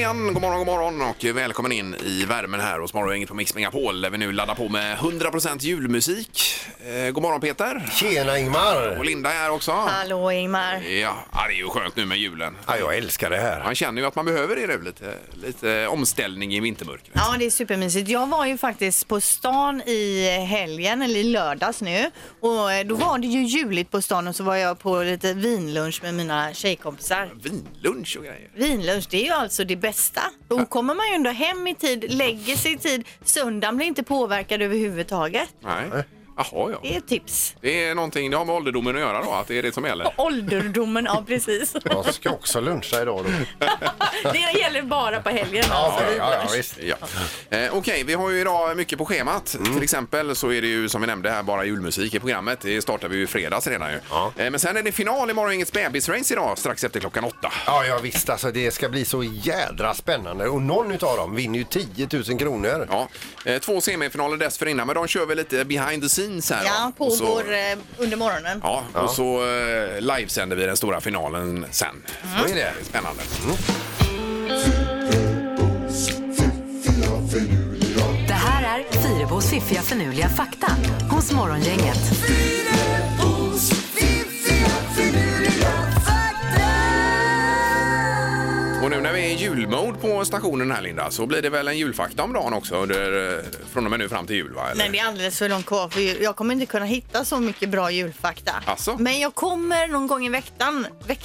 igen, god morgon och välkommen in i värmen här hos Morgongänget på Mix Megapol där vi nu laddar på med 100% julmusik. God morgon Peter. Tjena Ingmar. Och Linda är här också. Hallå Ingmar. Ja, det är ju skönt nu med julen. Ja, jag älskar det här. Man känner ju att man behöver det nu, lite omställning i vintermörkret. Ja, det är supermysigt. Jag var ju faktiskt på stan i helgen, eller i lördags nu. Och då var det ju juligt på stan och så var jag på lite vinlunch med mina tjejkompisar. Vinlunch och grejer. Vinlunch, det är ju alltså det bästa. Då kommer man ju ändå hem i tid, lägger sig i tid. Söndagen blir inte påverkad överhuvudtaget. Nej. Jaha, ja. Det är ett tips. Det är någonting, det har med ålderdomen att göra då, att det är det som gäller. Ålderdomen, ja precis. Jag ska också luncha idag då. Det gäller bara på helgen. Ja, visst. Ja. Okej, vi har ju idag mycket på schemat. Till exempel så är det ju som vi nämnde här bara julmusik i programmet. Det startar vi ju fredags redan ju. Ja. Men sen är det final i Morgongängets bebisrace idag strax efter 8:00. Ja, visst. Alltså, det ska bli så jädra spännande. Och någon utav dem vinner ju 10 000 kronor. Ja, 2 semifinaler dessförinnan, men de kör väl lite behind the scenes här. Ja, då. Och pågår så, under morgonen. ja, och så livesänder vi den stora finalen sen. Så är det. Spännande. Det här är Fyrebos fiffiga förnuliga fakta hos Morgongänget. Och nu när vi är i julmode på stationen här Linda så blir det väl en julfakta om dagen också från och med nu fram till jul, va? Eller? Nej, det är alldeles för långt kvar för jag kommer inte kunna hitta så mycket bra julfakta. Asså? Men jag kommer någon gång i veckan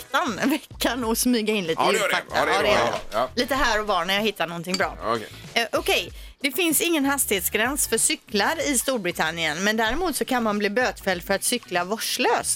och smyga in lite Ja, det gör det. julfakta. Ja, det är bra. Ja. Lite här och var när jag hittar någonting bra. Okej. Det finns ingen hastighetsgräns för cyklar i Storbritannien, men däremot så kan man bli bötfälld för att cykla vårdslöst.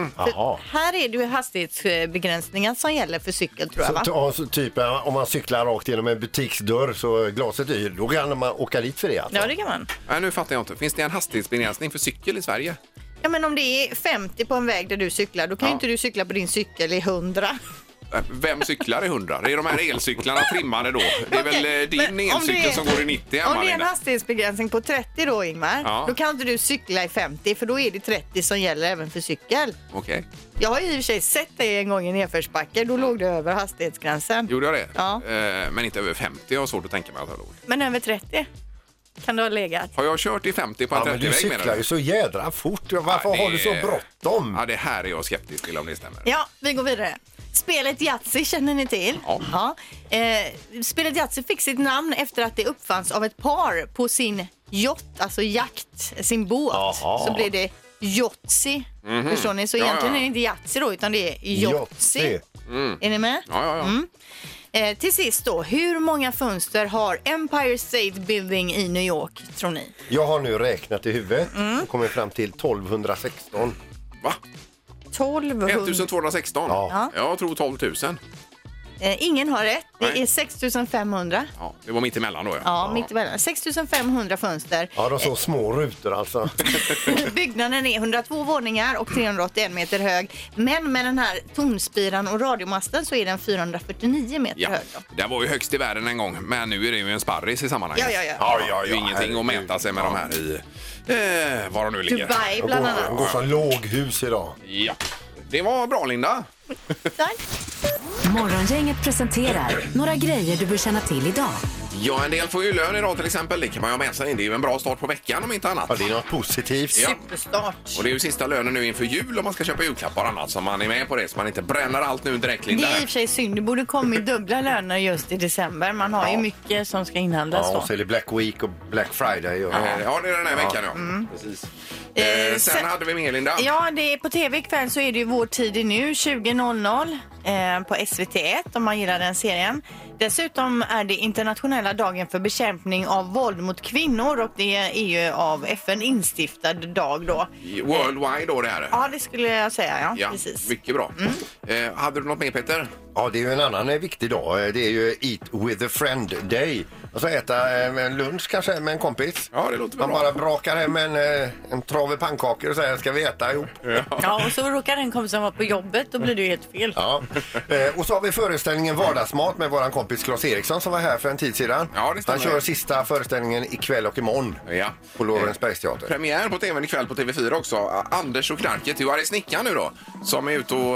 Här är det ju hastighetsbegränsningar som gäller för cykel, tror jag, va? Så typ om man cyklar rakt genom en butiksdörr så glaset är då kan man åka dit för det alltså. Ja, det kan man. Nej, nu fattar jag inte. Finns det en hastighetsbegränsning för cykel i Sverige? Ja, men om det är 50 på en väg där du cyklar, då kan ju inte du cykla på din cykel i 100. Vem cyklar i 100? Det är de här elcyklarna trimmade då. Det är väl din elcykel som går i 90. Om det är en hastighetsbegränsning på 30 då, Ingmar, då kan inte du cykla i 50 för då är det 30 som gäller även för cykel. Okej. Jag har ju i och för sig sett det en gång i nedförsbacke. Då låg det över hastighetsgränsen. Gjorde jag det? Ja. Men inte över 50. Jag har svårt att tänka mig att jag låg. Men över 30 kan du ha legat. Har jag kört i 50 på en 30-väg? Men du cyklar ju så jädra fort. Varför har du så bråttom? Ja, det här är jag skeptisk till om det stämmer. Ja, vi går vidare. Spelet Yatzy känner ni till? Ja. Spelet Yatzy fick sitt namn efter att det uppfanns av ett par på sin yacht, alltså sin båt. Aha. Så blev det Yatzy. Förstår ni? Så egentligen är det inte Yatzy då, utan det är Yatzy. Är ni med? Ja. Till sist då, hur många fönster har Empire State Building i New York, tror ni? Jag har nu räknat i huvudet och kommit fram till 1216. Va? 1200. 1216? Ja. Jag tror 12 000. Ingen har rätt. Det Nej. är 6500. Ja, det var mitt emellan då. Ja, mitt emellan. 6500 fönster. Ja, de så små rutor alltså. Byggnaden är 102 våningar och 381 meter hög. Men med den här tonspiran och radiomasten så är den 449 meter hög. Då. Det var ju högst i världen en gång, men nu är det ju en sparris i sammanhanget. Ja. Det är ju ingenting att mäta sig med de här i var de nu ligger. Dubai bland annat. De går som låghus idag. Ja, det var bra Linda. Tack. Morgongänget presenterar några grejer du bör känna till idag. Ja, en del får ju lön idag till exempel. Det kan man ju ha med sig. Det är ju en bra start på veckan om inte annat. Ja, det är något positivt. Ja. Superstart. Och det är ju sista lönen nu inför jul om man ska köpa julklappar och annat. Så man är med på det så man inte bränner allt nu direkt, Det Linda. är i och för sig synd. Det borde komma i dubbla löner just i december. Man har ju mycket som ska inhandlas Ja, då. och så är det Black Week och Black Friday. Och... Ja, det är den här veckan, ja. Precis. Sen hade vi med, Linda. Ja, det är på tv ikväll så är det ju Vår tid är nu 20.00 på SVT1 om man gillar den serien. Dessutom är det internationella dagen för bekämpning av våld mot kvinnor och det är ju av FN instiftad dag då. Worldwide då det här. Ja, det skulle jag säga, ja. Precis. Mycket bra. Hade du något mer, Peter? Ja, det är ju en annan viktig dag. Det är ju Eat with a Friend Day. Och så äta en lunch kanske med en kompis. Ja, det låter Man bra. bara brakar hem en trave pannkakor och säger ska vi äta ihop. Ja, och så råkar en kompis som var på jobbet, då blir det ju helt fel. Ja. Och så har vi föreställningen Vardagsmat med våran kompis Claes Eriksson som var här för en tid sedan. Ja, det stämmer. Han kör sista föreställningen ikväll och imorgon Ja. på Lorensbergsteater. Premiär på tvn ikväll på TV4 också. Anders och Knarket, du är i snickaren nu då, som är ute och...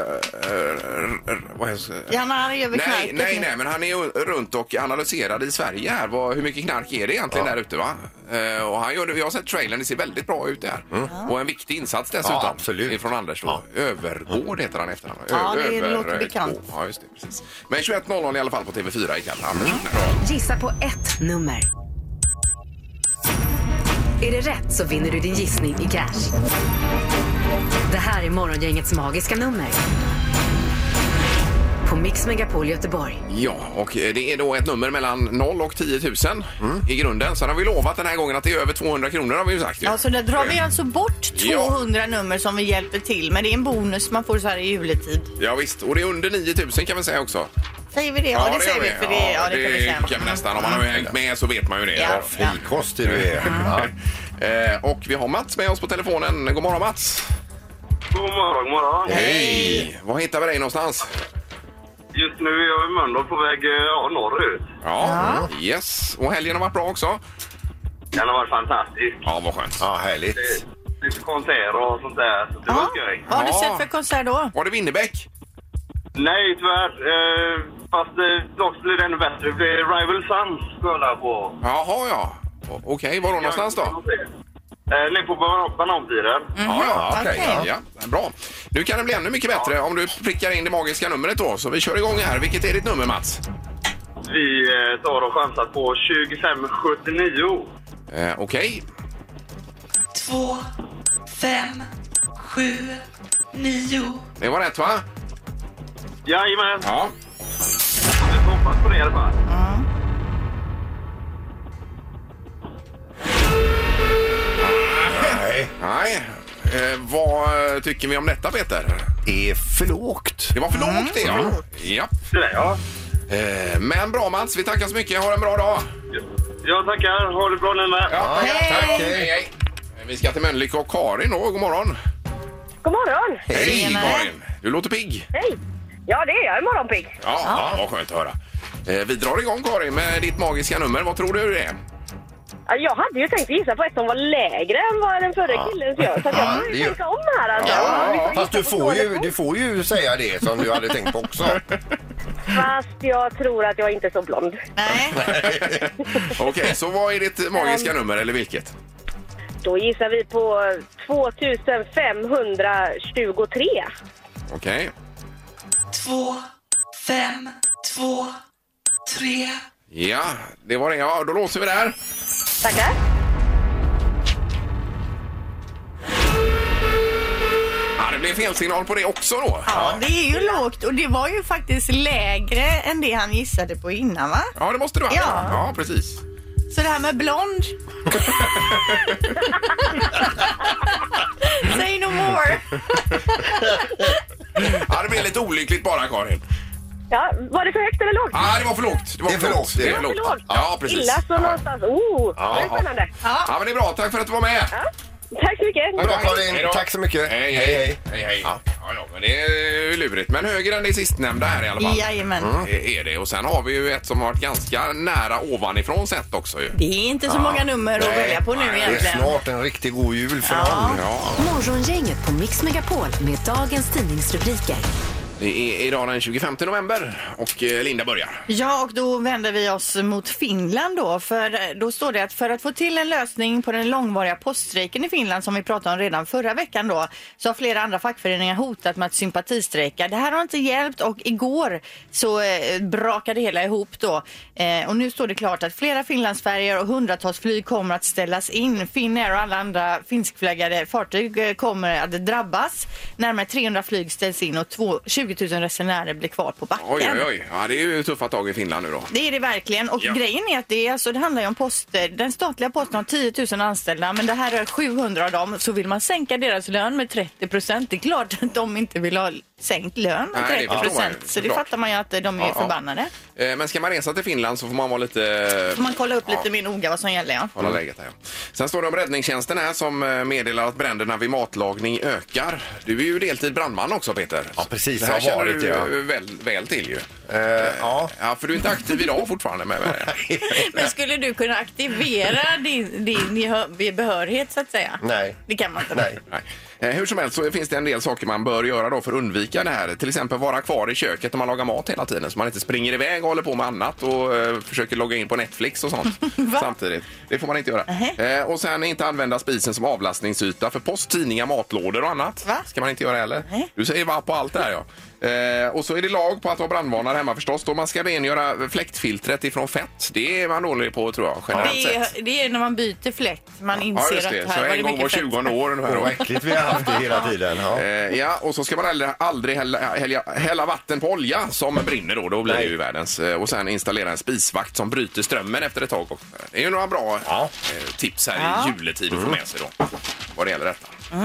Ja, han är över knarket. Nej, men han är ju runt och analyserar i Sverige här. Hur mycket knark är det egentligen där ute, va? Och han gör det, jag har sett trailern, det ser väldigt bra ut där. Och en viktig insats dessutom. Ja, absolut. Ifrån Anders då. Övergård heter han efter Ja, det låter bekant. Ja, just det, precis. Men 21.00 i alla fall på TV4 ikväll. Anders. Gissa på ett nummer. Är det rätt så vinner du din gissning i cash. Det här är Morgongängets magiska nummer. På Mix Megapol Göteborg. Ja, och det är då ett nummer mellan 0 och 10 000 i grunden. Så har vi lovat den här gången att det är över 200 kronor, har vi ju sagt. Ju. Ja, så där drar vi alltså bort 200 nummer som vi hjälper till. Men det är en bonus man får så här i juletid. Ja visst, och det är under 9 000 kan vi säga också. Säger vi det? Ja, det säger vi. För det, ja, det kan vi säga. Kan vi nästan. Om man har hängt med så vet man ju det. Ja. Frikostig du är. Och vi har Mats med oss på telefonen. God morgon, Mats. God morgon, god morgon. Hej! Var hittar vi dig någonstans? Just nu är jag i Mölndal på väg norrut. Ja, yes. Och helgen har varit bra också? Den har varit fantastisk. Ja, vad skönt. Ja, härligt. Lite konserter och sånt där. Så det var skoj. Vad har du Ja. sett för konsert då? Var det Winnerbäck? Nej, tyvärr. Fast dock blir det ännu bättre. Det blir Rival Sons spelar på. Jaha, ja. Okej, var då någonstans då? Nere på Bananpiren. Ja, okej. Ja, bra. Nu kan det bli ännu mycket bättre om du prickar in det magiska numret då. Så vi kör igång här. Vilket är ditt nummer, Mats? Vi tar och chansar på 2579. Okej. 2, 5, 7, 9. Det var rätt, va? Jajamän. Ja. Vi hoppas på det i alla fall. Nej. Vad tycker vi om detta, Peter? Det är för lågt. Det var för lågt det, ja. Ja. Det där, ja. Men bra, Mats. Vi tackar så mycket. Ha en bra dag. Jag tackar. Ha det bra nu med. Ja, Tack. hej. Vi ska till Mölnlycke och Karin då. God morgon. God morgon! Hej, Karin. Du låter pigg. Hej! Ja, det är jag. Morgonpigg. Ja, vad skönt att höra. Vi drar igång, Karin, med ditt magiska nummer. Vad tror du det är? Ja, jag hade ju tänkt gissa på ett som var lägre än vad den förra killen gör. Så att jag får ju tänka om här. Alltså. Ja, fast du får ju säga det som du hade tänkt på också. Fast jag tror att jag inte är så blond. Nej. Okej, så vad är ditt magiska nummer, eller vilket? Då gissar vi på 2523. Okej. 2, 5, 2, 3. Ja, det var det. Ja, då låser vi där. Tackar. Ja, det blir fel signal på det också då. Ja, det är ju lågt och det var ju faktiskt lägre än det han gissade på innan, va? Ja, det måste du ha. Ja. Ja, precis. Så det här med blond... Say no more. Ja, det blir lite olyckligt bara, Karin. Ja, var det för högt eller lågt? Ja, det var för lågt. Det är för lågt. Det är för För lågt. lågt. Ja, precis. Illa så någonstans. Det är spännande. Ja, men det är bra. Tack för att du var med. Tack så mycket. Bra, Karin. Hej då. Tack så mycket. Hej. Ja, men det är ju lurigt. Men högre än det sistnämnda här i alla fall. Jajamän. Det är det. Och sen har vi ju ett som har varit ganska nära ovanifrån sett också ju. Det är inte så många nummer att välja på nu Det är egentligen. snart en riktigt god jul för någon. Ja. Morgongänget på Mix Megapol med dagens tidningsrubriker. Det är idag den 25 november och Linda börjar. Ja, och då vänder vi oss mot Finland då. För då står det att för att få till en lösning på den långvariga poststrejken i Finland som vi pratade om redan förra veckan då, så har flera andra fackföreningar hotat med att sympatistrejka. Det här har inte hjälpt och igår så brakade det hela ihop då. Och nu står det klart att flera Finlandsfärger och hundratals flyg kommer att ställas in. Finnair och alla andra finskflaggade fartyg kommer att drabbas. Närmare 300 flyg ställs in och 20 000 resenärer blir kvar på backen. Oj. Ja, det är ju tuffa tag i Finland nu då. Det är det verkligen. Och grejen är att det handlar ju om poster. Den statliga posten har 10 000 anställda, men det här är 700 av dem. Så vill man sänka deras lön med 30%. Det är klart att de inte vill ha sänkt lön med Nej, det 30%. förstår man ju, Så det såklart. fattar man ju att de är förbannade. Men ska man resa till Finland så får man vara lite... Får man kolla upp lite mer noga vad som gäller, ja. Kolla läget här, ja. Sen står det om räddningstjänsten här som meddelar att bränderna vid matlagning ökar. Du är ju deltid brandman också, Peter. Ja, precis. Det här Har känner varit, du ja. väl till ju. Ja. Ja, för du är inte aktiv idag fortfarande med Men skulle du kunna aktivera din behörighet så att säga? Nej. Det kan man inte. Nej. Nej. Hur som helst så finns det en del saker man bör göra då för att undvika det här. Till exempel vara kvar i köket när man lagar mat hela tiden så man inte springer iväg och håller på med annat och försöker logga in på Netflix och sånt samtidigt. Det får man inte göra. Och sen inte använda spisen som avlastningsyta för post, tidningar, matlådor och annat. Va? Ska man inte göra heller. Du säger va på allt det här, ja. Och så är det lag på att ha brandvarnare hemma förstås. Då man ska rengöra fläktfiltret ifrån fett. Det är man dålig på, tror jag, generellt sett. Det är när man byter fläkt. Man inser just det. att här Så var en det gång var mycket fett. 20 år ungefär. Vad äckligt vi har haft det hela tiden. Ja. Ja, och så ska man aldrig hälla vatten på olja som brinner då blir det ju världens. Och sen installera en spisvakt som bryter strömmen efter ett tag. Det är ju några bra tips här i juletid att få med sig då, vad det gäller detta.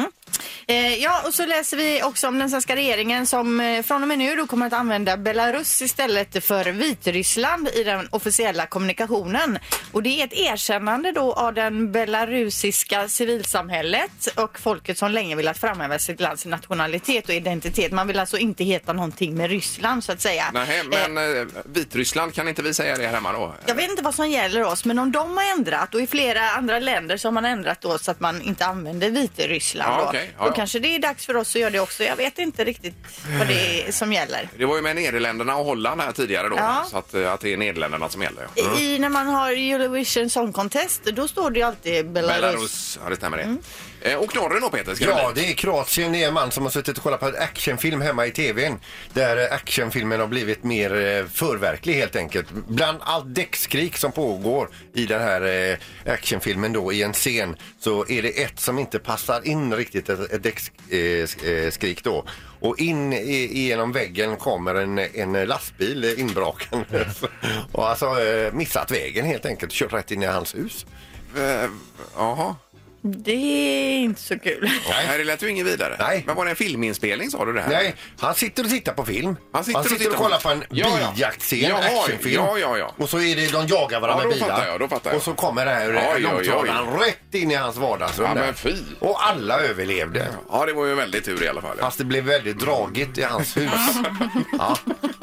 Ja, och så läser vi också om den svenska regeringen som från och med nu då kommer att använda Belarus istället för Vitryssland i den officiella kommunikationen. Och det är ett erkännande då av den belarusiska civilsamhället och folket som länge vill att framhäva sitt lands nationalitet och identitet. Man vill alltså inte heta någonting med Ryssland så att säga. Nej, men Vitryssland, kan inte vi säga det här hemma då? Jag vet inte vad som gäller oss, men om de har ändrat och i flera andra länder så har man ändrat då så att man inte använder Vitryssland då. Okay. Då kanske det är dags för oss att göra det också. Jag vet inte riktigt vad det är som gäller. Det var ju med Nederländerna och Holland här tidigare då, så att det är Nederländerna som gäller. När man har Eurovision Song Contest, då står det ju alltid Belarus. Ja, det stämmer det. Och norren då, Peter? Ja, det är Kroatien. Det är en man som har suttit och kollat på en actionfilm hemma i tvn. Där actionfilmen har blivit mer förverklig helt enkelt. Bland allt däckskrik som pågår i den här actionfilmen då i en scen så är det ett som inte passar in riktigt, ett däckskrik då. Och in genom väggen kommer en lastbil inbrakande och alltså missat vägen helt enkelt, kört rätt in i hans hus. Jaha. Det är inte så kul. Nej, det lät ju inget vidare. Nej. Men var det en filminspelning, sa du det här? Nej, han sitter och tittar på film. Han sitter och kollar på en biljaktscen, actionfilm. Ja. Och så är det, de jagar varandra med bilar. Då fattar jag. Och så kommer det här långtradaren rätt in i hans vardagsrum. Ja, men fy. Och alla överlevde. Ja, det var ju väldigt tur i alla fall. Fast det blev väldigt dragigt i hans hus. Ja.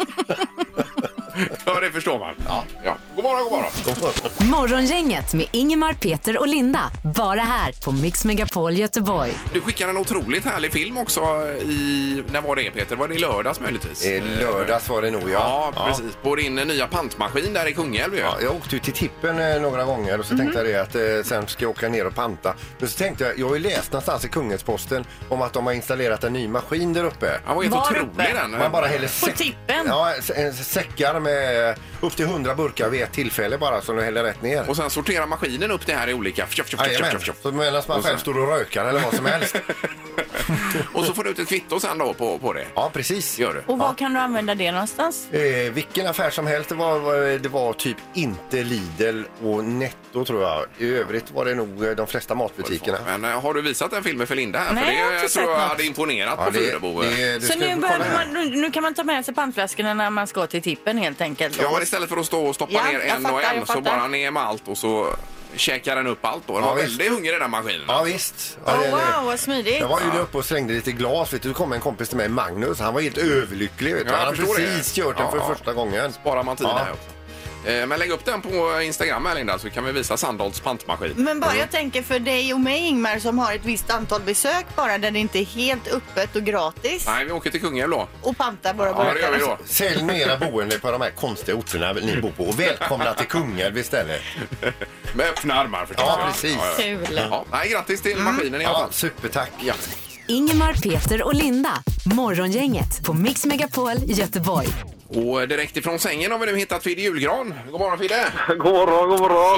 Ja, det förstår man. Ja. God morgon. Morgongänget med Ingemar, Peter och Linda. Bara här på Mix Megapol Göteborg. Du skickade en otroligt härlig film också när var det, Peter? Var det i lördags möjligtvis? Lördags var det nog, ja. Ja, precis. På din nya pantmaskin där i Kungälv. Ja, jag åkte ut till tippen några gånger och så tänkte jag det att sen ska jag åka ner och panta. Men så tänkte jag har ju läst någonstans i Kungälvsposten om att de har installerat en ny maskin där uppe. Ja, vad helt otrolig den. Man bara häller på tippen? Ja, säckar med upp till 100 burkar vid ett tillfälle bara som du häller rätt ner. Och sen sorterar maskinen upp det här i olika så medan man själv står och rökar eller vad som helst. Och så får du ut ett kvitto sen då på det. Ja, precis. Gör du. Och var kan du använda det någonstans? Vilken affär som helst. Det var typ inte Lidl och Netto tror jag. I övrigt var det nog de flesta matbutikerna. Men har du visat den filmen för Linda här? Nej, för jag har det inte tror jag sett hade imponerat på Fyrebo. Så nu kan man ta med sig pantflaskorna när man ska till tippen helt enkelt. Ja, men istället för att stå och stoppa ner en och en så bara ner med allt och så käkar den upp allt då. Den var väldigt hungrig den maskinen. Ja, visst. Ja, wow, vad smidigt. Jag var ju uppe och slängde lite glas. Vet du, kom en kompis till mig, Magnus. Han var helt överlycklig. Vet du. Han har precis kört den för första gången. Sparar man tiden här också. Men lägg upp den på Instagram här, Linda, så kan vi visa Sandholts pantmaskin. Men bara jag tänker för dig och mig, Ingmar, som har ett visst antal besök bara där det inte är helt öppet och gratis. Nej, vi åker till Kungälv då. Och pantar våra burkar. Ja, det gör vi då. Sälj mera boende på de här konstiga orterna ni bor på och välkomna till Kungälv istället. Med öppna armar förstås. Ja, precis. Kul. Ja, nej, grattis till maskinen i alla fall. Supertack. Ja. Ingemar, Peter och Linda. Morgongänget på Mix Megapol Göteborg. Och direkt ifrån sängen har vi nu hittat Fidde Julgran. God morgon, Fidde. God morgon.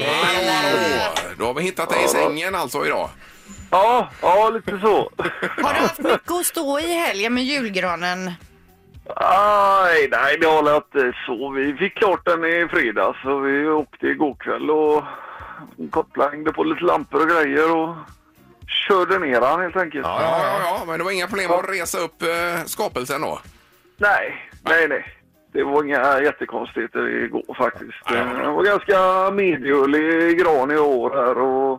Då har vi hittat dig i sängen alltså idag. Ja, lite så. Har du haft mycket att stå i helgen med julgranen? Nej, det har inte så. Vi fick klart den i fredags så vi åkte igår kväll och kopplade på lite lampor och grejer och körde ner han helt enkelt. Ja, men det var inga problem att resa upp skapelsen då? Nej. Det var inga jättekonstigheter igår faktiskt. Nej, det var ganska medgörlig gran i år här och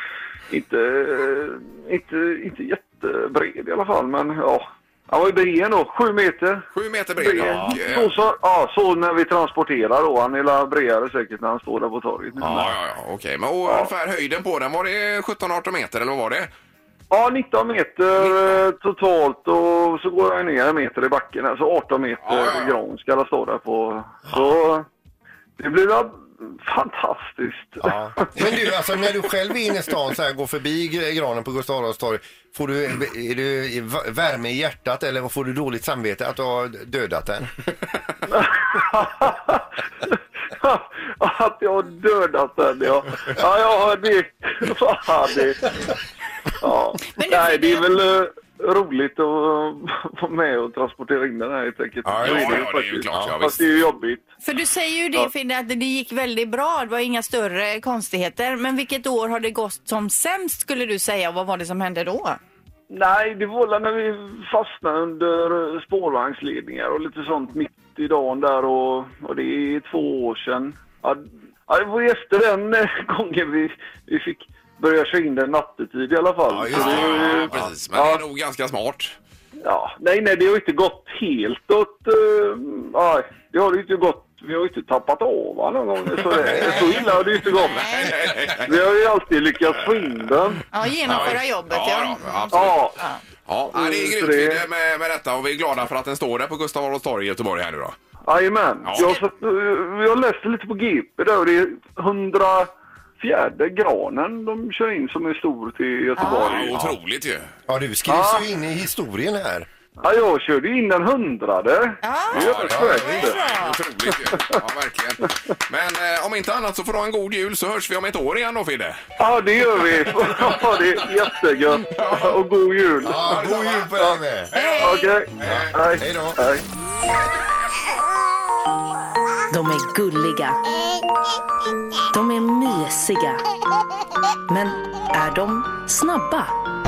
inte jättebred i alla fall, men ja. Han var ju bred ändå, 7 meter. 7 meter bred, ja. Så när vi transporterar då, han är bredare säkert när han står där på torget. Okej. Men ungefär höjden på den, var det 17-18 meter eller vad var det? Ja, 19 meter totalt och så går jag ner en meter i backen här, så 18 meter gran ska jag stå där på. Så det blir fantastiskt. Ja. Men du, alltså när du själv är inne i stan så här, går förbi granen på Gustav Adolfs torg, är du värme i hjärtat eller får du dåligt samvete att du har dödat den? Att jag har dödat den, ja. Ja, det. Ja. Nej, det är väl roligt att vara med och transportera in den här helt enkelt. Ja, det är ju klart. Ja, fast det är ju jobbigt. För du säger ju det, Fidde, att det gick väldigt bra. Det var inga större konstigheter. Men vilket år har det gått som sämst skulle du säga? Och vad var det som hände då? Nej, det var när vi fastnade under spårvagnsledningar och lite sånt mitt i dagen där och det är 2 år sedan. Ja, det var efter den gången vi fick börja köra in den nattetid i alla fall. Ja, just det. Precis. Men det är nog ganska smart. Ja, nej, det har inte gått helt åt... nej, det har ju inte gått... Vi har ju inte tappat av någon gång. Så illa har det ju inte gått. Vi har ju alltid lyckats få in den. Ja, genomföra jobbet, ja. Ja. Ja, det är grymt med detta och vi är glada för att den står där på Gustav Adolfs torg i Göteborg här nu då. Jajamän. Vi har läst lite på GP där och det är 104 granen de kör in som är stor till Göteborg. Ja, otroligt ju. Ja, du skrivs ju in i historien här. Ja, jag körde in den 100. Det är otroligt ju. Ja, verkligen. Men om inte annat så får du ha en god jul så hörs vi om ett år igen då, Fidde. Ja, det gör vi. Ja, det är jättegött. Och god jul. Ja, god jul på dig med. Okej. Hej då. Hej. De är gulliga. De är mysiga. Men är de snabba?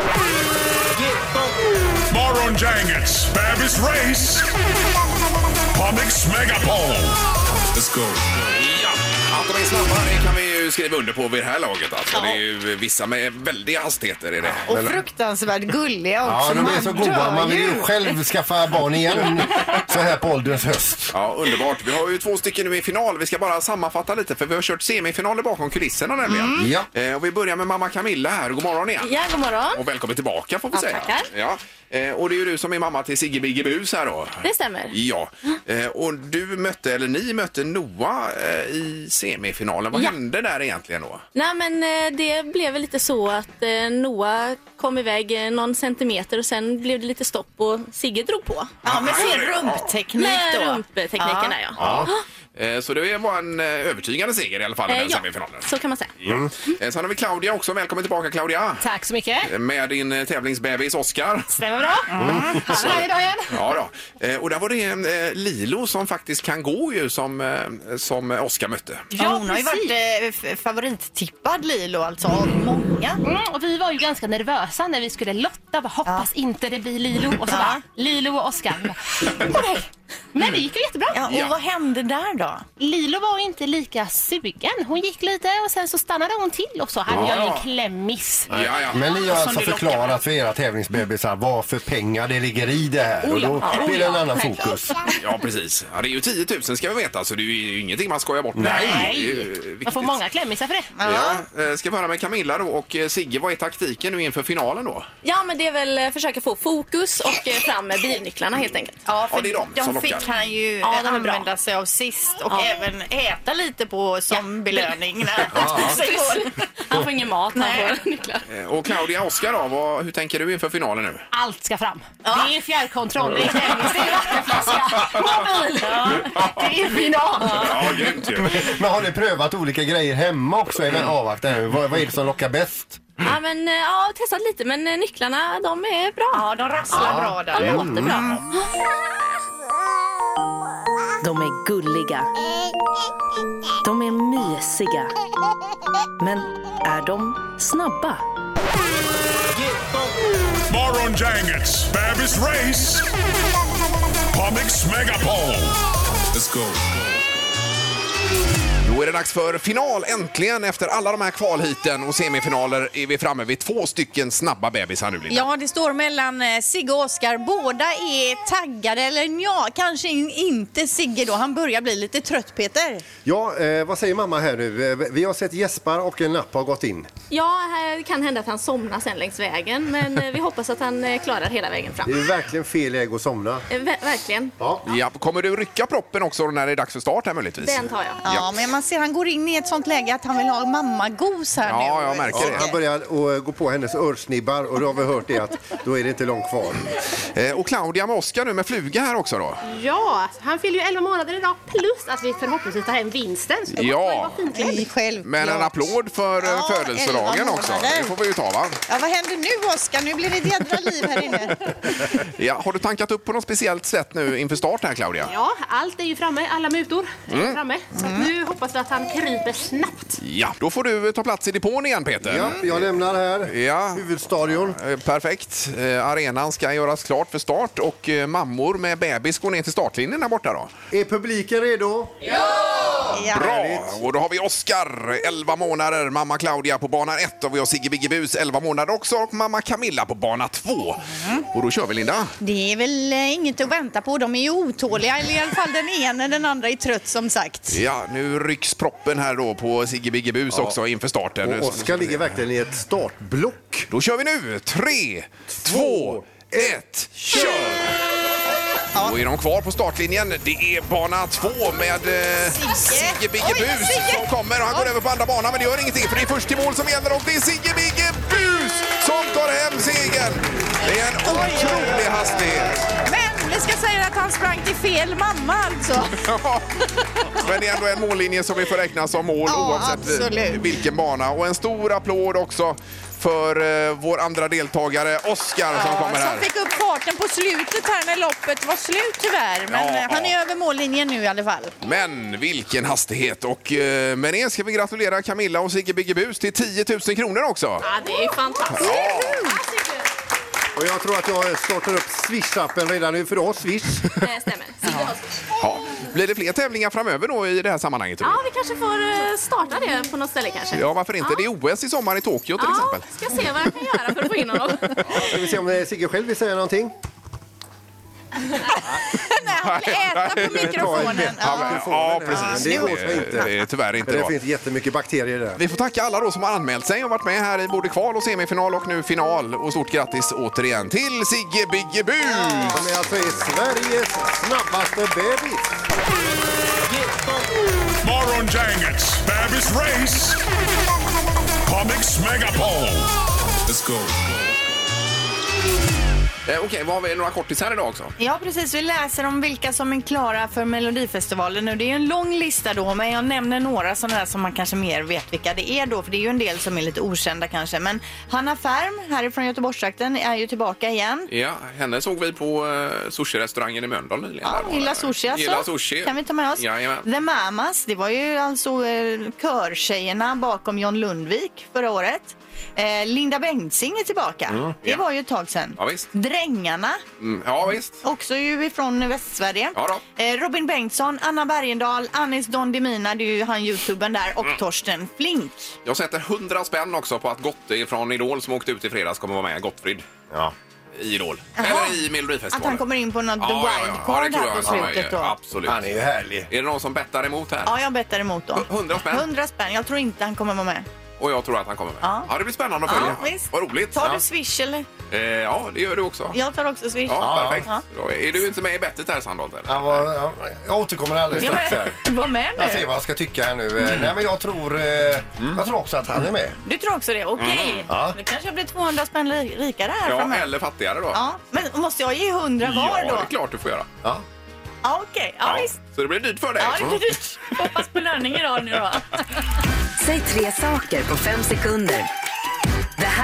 Morgongängets bebis race på Mix Megapol. Let's go. Ja, att de är snabba det kan vi ju skriva under på vid det här laget. Alltså. Det är ju vissa med väldiga hastigheter i det. Och fruktansvärt gulliga också. Ja, de är så goda. Man vill ju själv skaffa barn igen så här på ålderns höst. Ja, underbart. Vi har ju 2 stycken nu i final. Vi ska bara sammanfatta lite för vi har kört semifinaler bakom kulisserna nämligen. Ja. Och vi börjar med mamma Camilla här. God morgon igen. Ja, god morgon. Och välkommen tillbaka får vi säga. Tackar. Ja. Och det är ju du som är mamma till Sigge Bigge Bus här då. Det stämmer. Ja. Och ni mötte Noah i semifinalen. Vad hände där egentligen då? Nej, men det blev väl lite så att Noah kom iväg någon centimeter och sen blev det lite stopp och Sigge drog på. Ja, med sin rumpteknik då. Med rumptekniken där, ja. Så det var en övertygande seger i alla fall i den semifinalen. Så kan man säga. Sen har vi Claudia också. Välkommen tillbaka, Claudia. Tack så mycket. Med din tävlingsbebis Oscar. Stämmer bra. Här idag igen. Ja då. Och där var det Lilo som faktiskt kan gå ju som Oscar mötte. Ja, hon har ju varit favorittippad Lilo alltså av många. Och vi var ju ganska nervösa när vi skulle lotta. Hoppas inte det blir Lilo. Och så bara, Lilo och Oscar. Men det gick ju jättebra. Ja, och vad hände där då? Lilo var inte lika sugen. Hon gick lite och sen så stannade hon till och så hade jag en klämmiss. Men ni har alltså förklarat för era tävlingsbebisar vad för pengar det ligger i det här. Och då blir det en annan fokus. Ja, precis. Ja, det är ju 10 000 ska vi veta, så det är ju ingenting man skojar bort. Nej. Man får många klämmissar för det. Ja, ska vi höra med Camilla då och Sigge, vad är taktiken nu inför finalen då? Ja, men det är väl försöka få fokus och fram med bilnycklarna helt enkelt. Ja, för det är de som fick han ju använda sig av sist och även äta lite på som belöning. Han får ingen mat, han får nycklar. Och Claudia, Oscar då, hur tänker du inför finalen nu? Allt ska fram. Det är fjärrkontroll, det är tävlings, det är vattenflaska, mobil. Det är final. Ja, grymt ju. Men har ni prövat olika grejer hemma också? Vad är det som lockar bäst? Ja, men testat lite, men nycklarna, de är bra. Ja, de rasslar bra där. De låter bra. De är gulliga. De är mysiga. Men är de snabba? Morgongängets bebis race på Mix Megapol. Let's go. Då är det dags för final äntligen. Efter alla de här kvalhiten och semifinaler är vi framme vid 2 stycken snabba bebisar nu, Linda. Ja, det står mellan Sigge och Oskar. Båda är taggade, eller ja, kanske inte Sigge då. Han börjar bli lite trött, Peter. Ja, vad säger mamma här nu? Vi har sett Jesper och en napp har gått in. Ja, det kan hända att han somnar sen längs vägen, men vi hoppas att han klarar hela vägen fram. Det är verkligen fel läge att somna. Verkligen. Ja, kommer du rycka proppen också när det är dags för start här möjligtvis? Den tar jag. Ja, men man ser han går in i ett sånt läge att han vill ha mammagos här nu. Ja, jag märker det. Han börjar att gå på hennes örsnibbar och då har vi hört det att då är det inte långt kvar. Och Claudia med Oskar nu med fluga här också då. Ja, han fyller ju 11 månader idag plus att vi förhoppningsvis tar hem vinsten. Så det Ja, själv. men en applåd för födelsedagen också. Det får vi ju ta, va? Ja, vad händer nu, Oskar? Nu blir det ett jädra liv här inne. Ja, har du tankat upp på något speciellt sätt nu inför start här, Claudia? Ja, allt är ju framme, alla mutor är framme. Så att nu hoppas vi att han kryper snabbt. Ja, då får du ta plats i depån igen, Peter. Ja, jag lämnar här. Ja. Huvudstadion. Perfekt. Arenan ska göras klart för start och mammor med bebis går ner till startlinjen där borta då. Är publiken redo? Ja. Bra! Och då har vi Oskar, 11 månader, mamma Claudia på bana 1 och vi har Sigge Bigge Bus, 11 månader också och mamma Camilla på bana 2. Och då kör vi, Linda. Det är väl inget att vänta på. De är ju otåliga, eller i alla fall den ena, den andra är trött som sagt. Ja, nu rycks proppen här då på Sigge Bigge Bus också inför starten. Och Oskar ligger verkligen i ett startblock. Då kör vi nu. 3, 2, 1, kör! Då är de kvar på startlinjen. Det är bana 2 med Sigge Bigge Bus som kommer. Och han går över på andra banan, men det gör ingenting för det är först till mål som gäller och det är Sigge Bigge Bus som tar hem segern. Det är en otrolig hastighet. Men vi ska säga att han sprang till fel mamma alltså. Men det är ändå en mållinje som vi får räkna som mål oavsett vilken bana. Och en stor applåd också för vår andra deltagare Oskar som kommer här. Som fick upp farten på slutet här när loppet var slut tyvärr. Men han är över mållinjen nu i alla fall. Men vilken hastighet. Och med det ska vi gratulera Camilla och Sigge Bigge Bus till 10 000 kronor också. Ja, det är fantastiskt. Och jag tror att jag startar upp Swish-appen redan nu för oss. Swish. Det stämmer. Ja. Blir det fler tävlingar framöver då i det här sammanhanget? Ja, vi kanske får starta det på något ställe kanske. Ja, varför inte? Det är OS i sommar i Tokyo till exempel. Ja, ska se vad jag kan göra för att få in honom. Ska vi se om Sigge själv vill säga någonting? Nej, han vill äta på mikrofonen. Ja, precis. Det går inte. Det är tyvärr inte. Det finns jättemycket bakterier där. Vi får tacka alla då som har anmält sig och varit med här i både kval och semifinal och nu final. Och stort grattis återigen till Sigge Bigge Bus! Som är alltså Sveriges snabbaste bebis. Morgongängets bebis race på Mix Megapol. Let's go. Okej, vad har vi några kortisar idag också? Ja, precis. Vi läser om vilka som är klara för Melodifestivalen nu. Det är en lång lista då, men jag nämner några sådana där som man kanske mer vet vilka det är då. För det är ju en del som är lite okända kanske. Men Hanna Färm härifrån Göteborgstrakten är ju tillbaka igen. Ja, henne såg vi på sushi-restaurangen i Mölndal nyligen. Ja, Gilla Sushi alltså. Gilla Sushi. Kan vi ta med oss? Jajamän. The Mamas, det var ju alltså körtjejerna bakom John Lundvik förra året. Linda Bengtzing är tillbaka. Det var ju ett tag sedan. Ja, visst. Drängarna. Ja, visst. Också ju ifrån Västsverige. Ja, då. Robin Bengtsson, Anna Bergendahl, Anis Don Demina, det är ju han YouTubern där, och Torsten Flink. Jag sätter 100 spänn också på att Gotte från Idol som åkte ut i fredags kommer vara med. Gottfrid. Ja. I Idol. Aha. Eller i Melodifestivalen. Att han kommer in på något wildcard här på slutet då. Absolut. Han är ju härlig. Är det någon som bettar emot här? Ja, jag bettar emot då. 100 spänn? 100 spänn. Jag tror inte han kommer vara med. Och jag tror att han kommer med. Ja, det blir spännande att följa. Ja, visst. Vad roligt. Tar du Swish eller? Ja, det gör du också. Jag tar också Swish. Ja, perfekt. Ja. Då är du inte med i bettet här, Sandholt? Jag återkommer alldeles strax här. Var med nu. Jag ser vad jag ska tycka här nu. Nej, men jag tror också att han är med. Du tror också det? Okej. Ja. Nu kanske jag blir 200 spänn rikare här Ja, framöver. eller fattigare då. Ja, men måste jag ge 100 var Ja, då? det är klart du får göra. Ja. Ja, okej. Ja, visst. Så det blir dyrt för dig. Ja, det blir dyrt. Hoppas på löning idag nu då. Säg 3 saker på 5 sekunder. Det här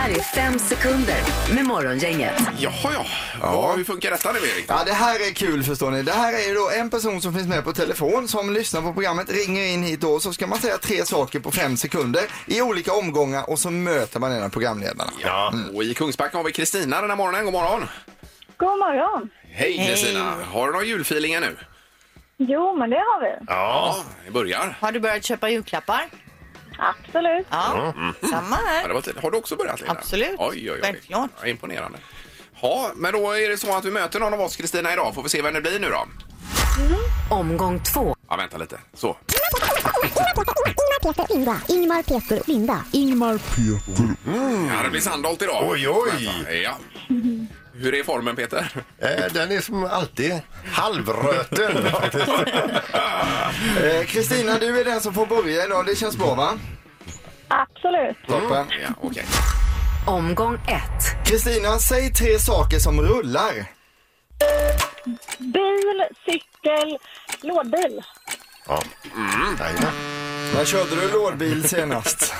här är 5 sekunder med Morgongänget. Jaha. Hur funkar detta nu, Erik? Ja, det här är kul, förstår ni. Det här är ju då en person som finns med på telefon som lyssnar på programmet, ringer in hit då, så ska man säga 3 saker på 5 sekunder i olika omgångar och så möter man en av programledarna. Ja, och i Kungsbacka har vi Kristina den här morgonen. God morgon. God morgon. Hej Kristina. Har du några julfeelingar nu? Jo, men det har vi. Ja, det börjar. Har du börjat köpa julklappar? Absolut. Ja, samma här. Ja, har du också börjat, Lena? Absolut. Oj. Självklart. Ja, imponerande. Ja, men då är det så att vi möter någon av oss, Kristina, idag. Får vi se vem det blir nu då? Omgång 2. Ja, vänta lite. Så. Peter, Linda. Ingmar, Peter, Linda. Ingmar, Peter. Ja, det blir Sandholt idag. Oj. Vänta, ja. Hur är formen, Peter? Den är som alltid halvröten. Kristina, du är den som får börja idag. Det känns bra, va? Absolut. Toppen. Ja, okej. Omgång 1. Kristina, säg 3 saker som rullar. Bil, cykel, lådbil. Ja. När körde du lådbil senast?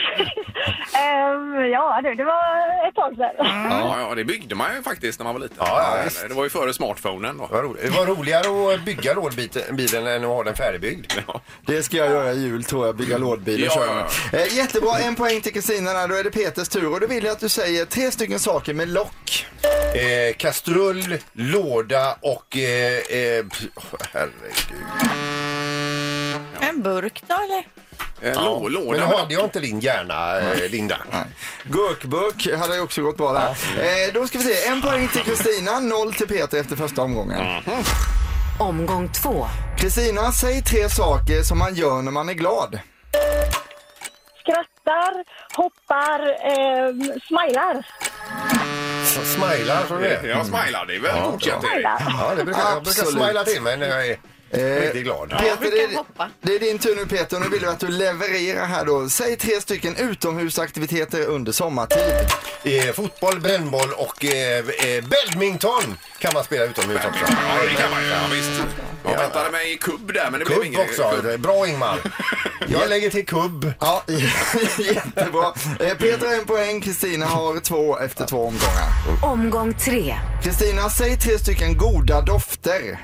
Ja, det var ett tag sedan. Ja, det byggde man ju faktiskt när man var liten. Ja, det var ju före smartphonen då. Det var roligare att bygga lådbilen än att ha den färdigbyggd. Ja. Det ska jag göra i jul, tror jag, bygga lådbil och köra. Jättebra, 1 poäng till Kristina. Då är det Peters tur och då vill jag att du säger 3 stycken saker med lock. Kastrull, låda och herregud. En burk då, eller? Låda. Men nu hade jag inte din hjärna, Linda. Gurkburk hade också gått bra där. Då ska vi se, 1 poäng till Kristina, 0 till Peter efter första omgången. Omgång 2. Kristina, säg 3 saker som man gör när man är glad. Skrattar, hoppar, smilar. Smilar, tror du? Ja, smilar. Det är väl godkänt, Erik? Ja, det brukar jag smila till mig när jag är riktigt glad. Peter, det är din tur nu, Peter. Nu vill jag att du levererar här då. Säg 3 stycken utomhusaktiviteter under sommartid. Fotboll, brännboll och badminton kan man spela utomhus också. Ja, det kan man ju. Ja, visst. Jag väntade mig kubb där, men det blev inget. Kubb också. Bra, Ingmar. Jag lägger till kubb. Ja, jättebra. Peter har 1 poäng, Kristina har 2 efter 2 omgångar. Omgång 3. Kristina, säg 3 stycken goda dofter.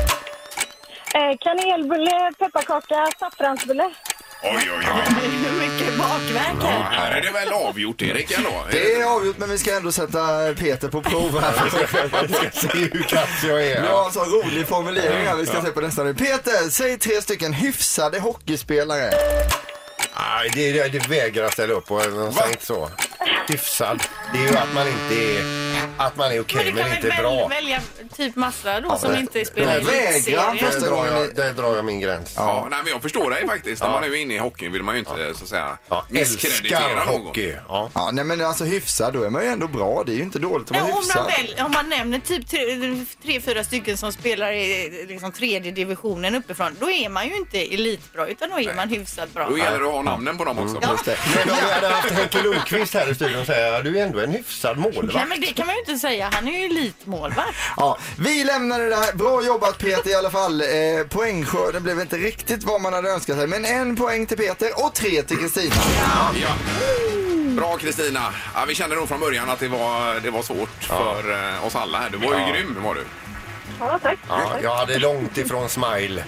Kanelbulle, pepparkaka, saffransbulle. Oj. Hur mycket bakverk här? Ja, här är det väl avgjort, Erik, ändå? Det är avgjort, men vi ska ändå sätta Peter på prov här. Jag ska se hur kass jag är. Ja, så rolig formulering här vi ska se på nästa nu. Peter, säg 3 stycken hyfsade hockeyspelare. Nej, det vägrar att ställa upp på. Säg inte så. Hyfsad. Det är ju att man inte är... Att man är okej, men inte bra. Men du kan välja typ massa då som inte spelar i serien. Där drar jag min gräns. Ja, nej, men jag förstår dig faktiskt. När man är inne i hockeyn vill man ju inte så att säga älskar hockey. Ja, nej, men alltså hyfsad, då är man ju ändå bra. Det är ju inte dåligt att vara hyfsad. Om man nämner typ 3-4 stycken som spelar i liksom 3:e divisionen uppifrån, då är man ju inte elitbra, utan då är man hyfsat bra. Då gäller det att ha namnen på dem också. Ja. Men om vi hade haft Henke Lundqvist här i studion och säga du är ändå en hyfsad målvakt. Nej, men det kan man ju inte säga. Han är ju elitmålvakt. Ja, vi lämnade det här. Bra jobbat, Peter, i alla fall. Poängskörden blev inte riktigt vad man hade önskat sig, men 1 poäng till Peter och 3 till Kristina. Ja. Bra, Kristina. Ja, vi kände nog från början att det var svårt för oss alla här. Du var ju grym, var du. Ja, tack. Ja, jag hade långt ifrån smile.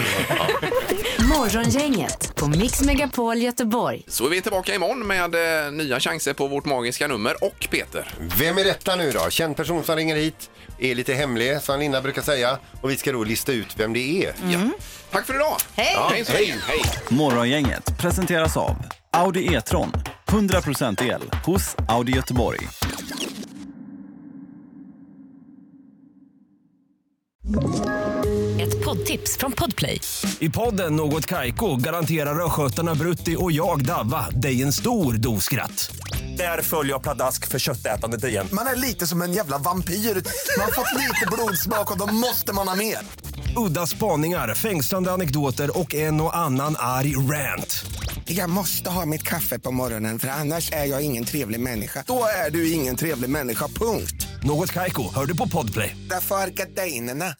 Morgongänget på Mix Megapol Göteborg. Så är vi tillbaka imorgon med nya chanser på vårt magiska nummer och Peter. Vem är detta nu då? Känd person som ringer hit, är lite hemlig som Linda brukar säga, och vi ska då lista ut vem det är. Ja. Tack för idag. Hej. Ja, hej. Morgongänget presenteras av Audi E-tron. 100% el hos Audi Göteborg. Ett poddtips från Podplay. I podden Något Kaiko garanterar röskötarna Brutti och jag Davva dig en stor doskratt. Där följer jag pladask för köttätandet igen. Man är lite som en jävla vampyr. Man har fått lite blodsmak och då måste man ha mer. Udda spaningar, fängslande anekdoter och en och annan arg rant. Jag måste ha mitt kaffe på morgonen för annars är jag ingen trevlig människa. Då är du ingen trevlig människa, punkt. Något Kaiko, hör du på Podplay. Därför är gardinerna.